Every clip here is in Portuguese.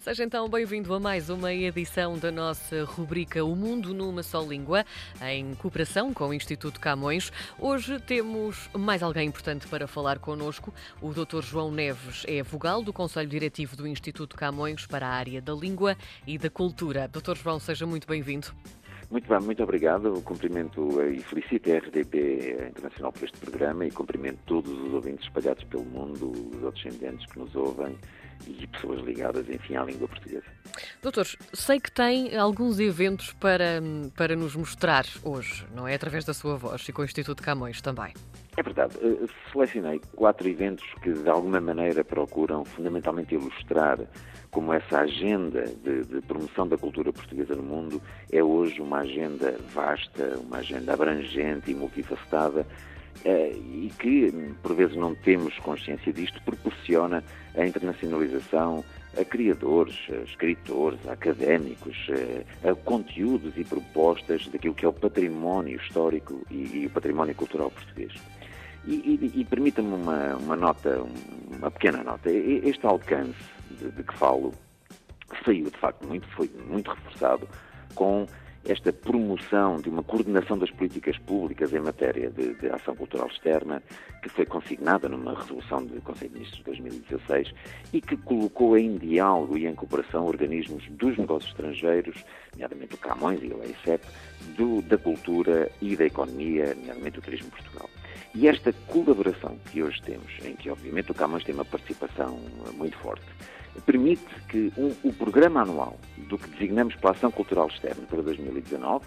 Seja então bem-vindo a mais uma edição da nossa rubrica O Mundo numa Só Língua, em cooperação com o Instituto Camões. Hoje temos mais alguém importante para falar connosco. O Dr. João Neves é vogal do Conselho Diretivo do Instituto Camões para a área da língua e da cultura. Dr. João, seja muito bem-vindo. Muito bem, muito obrigado. Cumprimento e felicito a RDP Internacional por este programa e cumprimento todos os ouvintes espalhados pelo mundo, os descendentes que nos ouvem e pessoas ligadas, enfim, à língua portuguesa. Doutor, sei que tem alguns eventos para nos mostrar hoje, não é? Através da sua voz e com o Instituto Camões também. É verdade. Selecionei 4 eventos que, de alguma maneira, procuram fundamentalmente ilustrar como essa agenda de promoção da cultura portuguesa no mundo é hoje uma agenda vasta, uma agenda abrangente e multifacetada, e que, por vezes, não temos consciência disto, proporciona a internacionalização a criadores, a escritores, a académicos, a conteúdos e propostas daquilo que é o património histórico e o património cultural português. E permita-me uma pequena nota. Este alcance de que falo saiu, de facto, foi muito reforçado com esta promoção de uma coordenação das políticas públicas em matéria de ação cultural externa, que foi consignada numa resolução do Conselho de Ministros de 2016 e que colocou em diálogo e em cooperação organismos dos negócios estrangeiros, nomeadamente o Camões e o EICEP, da cultura e da economia, nomeadamente o Turismo Portugal. E esta colaboração que hoje temos, em que obviamente o Camões tem uma participação muito forte, permite que o programa anual do que designamos pela Ação Cultural Externa para 2019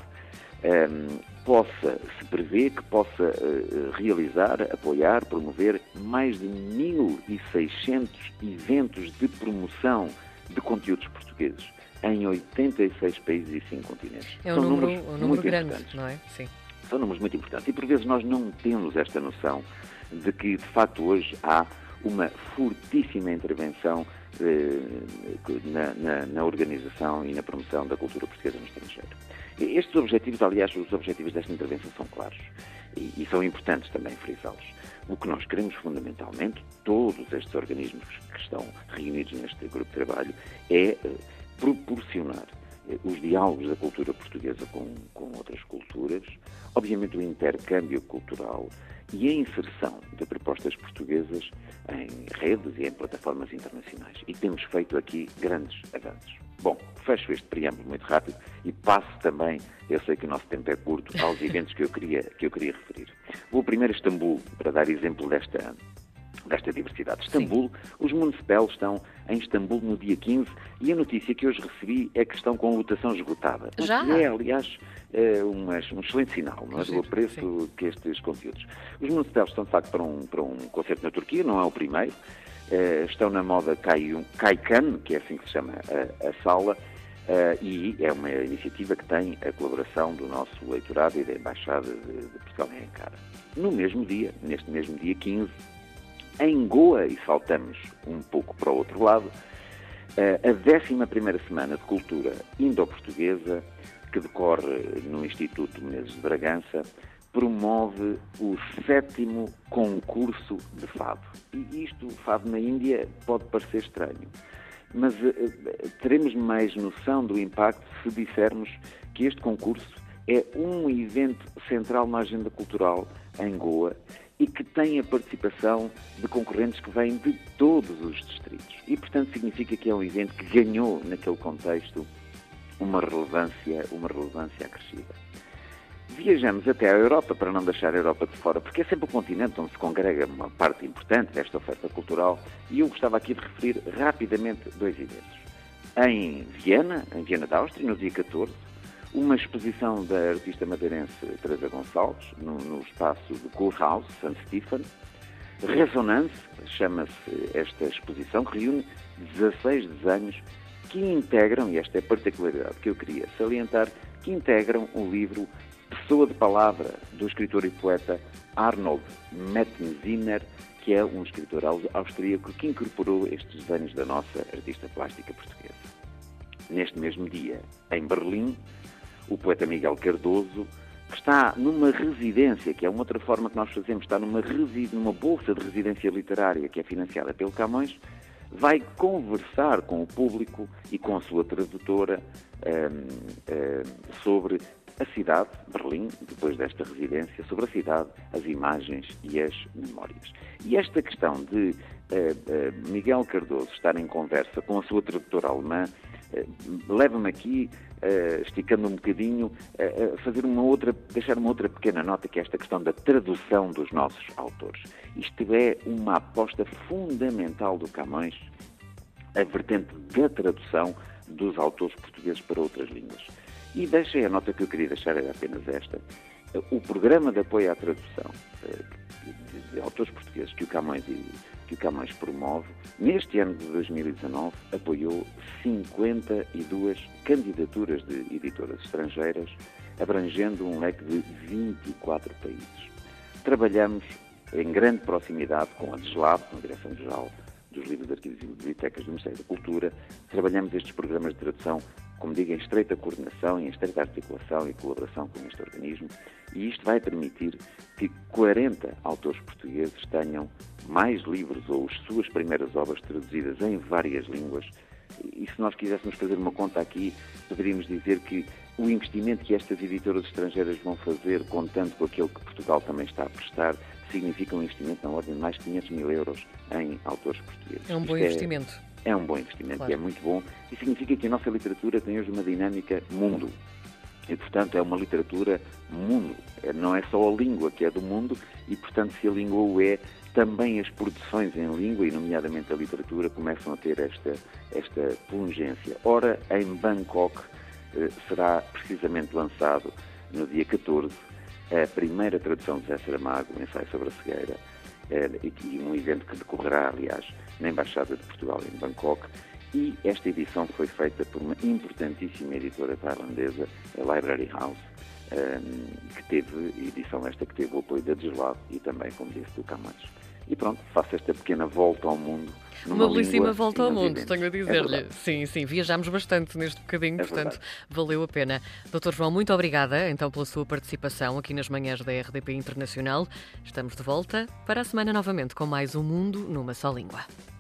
se prevê que possa realizar, apoiar, promover mais de 1.600 eventos de promoção de conteúdos portugueses em 86 países e 5 continentes. É um número grande, não é? Sim. São números muito importantes e por vezes nós não temos esta noção de que de facto hoje há uma fortíssima intervenção na organização e na promoção da cultura portuguesa no estrangeiro. Estes objetivos, aliás, os objetivos desta intervenção são claros e são importantes também frisá-los. O que nós queremos fundamentalmente, todos estes organismos que estão reunidos neste grupo de trabalho, é proporcionar os diálogos da cultura portuguesa com outras culturas, obviamente o intercâmbio cultural e a inserção de propostas portuguesas em redes e em plataformas internacionais. E temos feito aqui grandes avanços. Bom, fecho este preâmbulo muito rápido e passo também, eu sei que o nosso tempo é curto, aos eventos que eu queria referir. Vou primeiro a Istambul, para dar exemplo desta diversidade. Istambul, sim. Os Municipal estão em Istambul no dia 15 e a notícia que hoje recebi é que estão com lotação esgotada. Já? É, aliás, um excelente sinal, não é? Do apreço que estes conteúdos. Os Municipal estão, de facto, para um concerto na Turquia, não é o primeiro. Estão na moda Kaykan, que é assim que se chama a sala, e é uma iniciativa que tem a colaboração do nosso leitorado e da Embaixada de Portugal em Ankara. No mesmo dia, neste mesmo dia 15, em Goa, e saltamos um pouco para o outro lado, a 11ª Semana de Cultura Indo-Portuguesa, que decorre no Instituto Menezes de Bragança, promove o 7º concurso de fado. E isto, o fado na Índia, pode parecer estranho, mas teremos mais noção do impacto se dissermos que este concurso é um evento central na agenda cultural em Goa e que tem a participação de concorrentes que vêm de todos os distritos. E, portanto, significa que é um evento que ganhou, naquele contexto, uma relevância acrescida. Viajamos até à Europa, para não deixar a Europa de fora, porque é sempre o continente onde se congrega uma parte importante desta oferta cultural, e eu gostava aqui de referir rapidamente 2 eventos. Em Viena da Áustria, no dia 14, uma exposição da artista madeirense Teresa Gonçalves, no espaço do Kurhaus, St. Stephen. Resonance, chama-se esta exposição, que reúne 16 desenhos que integram, e esta é a particularidade que eu queria salientar, que integram o livro Pessoa de Palavra, do escritor e poeta Arnold Metzner, que é um escritor austríaco que incorporou estes desenhos da nossa artista plástica portuguesa. Neste mesmo dia, em Berlim, o poeta Miguel Cardoso, que está numa residência, que é uma outra forma que nós fazemos, está numa bolsa de residência literária que é financiada pelo Camões, vai conversar com o público e com a sua tradutora sobre a cidade, Berlim, depois desta residência, sobre a cidade, as imagens e as memórias. E esta questão de Miguel Cardoso estar em conversa com a sua tradutora alemã leva-me aqui, esticando um bocadinho, a fazer deixar uma outra pequena nota, que é esta questão da tradução dos nossos autores. Isto é uma aposta fundamental do Camões, a vertente da tradução dos autores portugueses para outras línguas. E deixei a nota que eu queria deixar, era apenas esta. O programa de apoio à tradução de autores portugueses que o Camões promove, neste ano de 2019, apoiou 52 candidaturas de editoras estrangeiras, abrangendo um leque de 24 países. Trabalhamos em grande proximidade com a DGELAB, com a Direção-Geral dos Livros, Arquivos e Bibliotecas do Ministério da Cultura. Trabalhamos estes programas de tradução, como digo, em estreita coordenação, em estreita articulação e colaboração com este organismo, e isto vai permitir que 40 autores portugueses tenham mais livros ou as suas primeiras obras traduzidas em várias línguas. E se nós quiséssemos fazer uma conta aqui, poderíamos dizer que o investimento que estas editoras estrangeiras vão fazer, contando com aquele que Portugal também está a prestar, significa um investimento na ordem de mais de 500 mil euros em autores portugueses. É um bom investimento. É um bom investimento, claro. E é muito bom, e significa que a nossa literatura tem hoje uma dinâmica mundo. E, portanto, é uma literatura mundo. Não é só a língua que é do mundo, e, portanto, se a língua o é, também as produções em língua, e nomeadamente a literatura, começam a ter esta pungência. Ora, em Bangkok será precisamente lançado, no dia 14, a primeira tradução de Zé Saramago, o ensaio sobre a cegueira, e um evento que decorrerá, aliás, na Embaixada de Portugal em Bangkok. E esta edição foi feita por uma importantíssima editora tailandesa, a Library House, que teve, edição esta que teve o apoio da DGELAB e também, como disse, do Camões. E pronto, faço esta pequena volta ao mundo. Uma belíssima volta ao mundo, tenho a dizer-lhe. É sim, viajámos bastante neste bocadinho, portanto, verdade. valeu a pena. Dr. João, muito obrigada então pela sua participação aqui nas manhãs da RDP Internacional. Estamos de volta para a semana novamente com mais um Mundo numa Só Língua.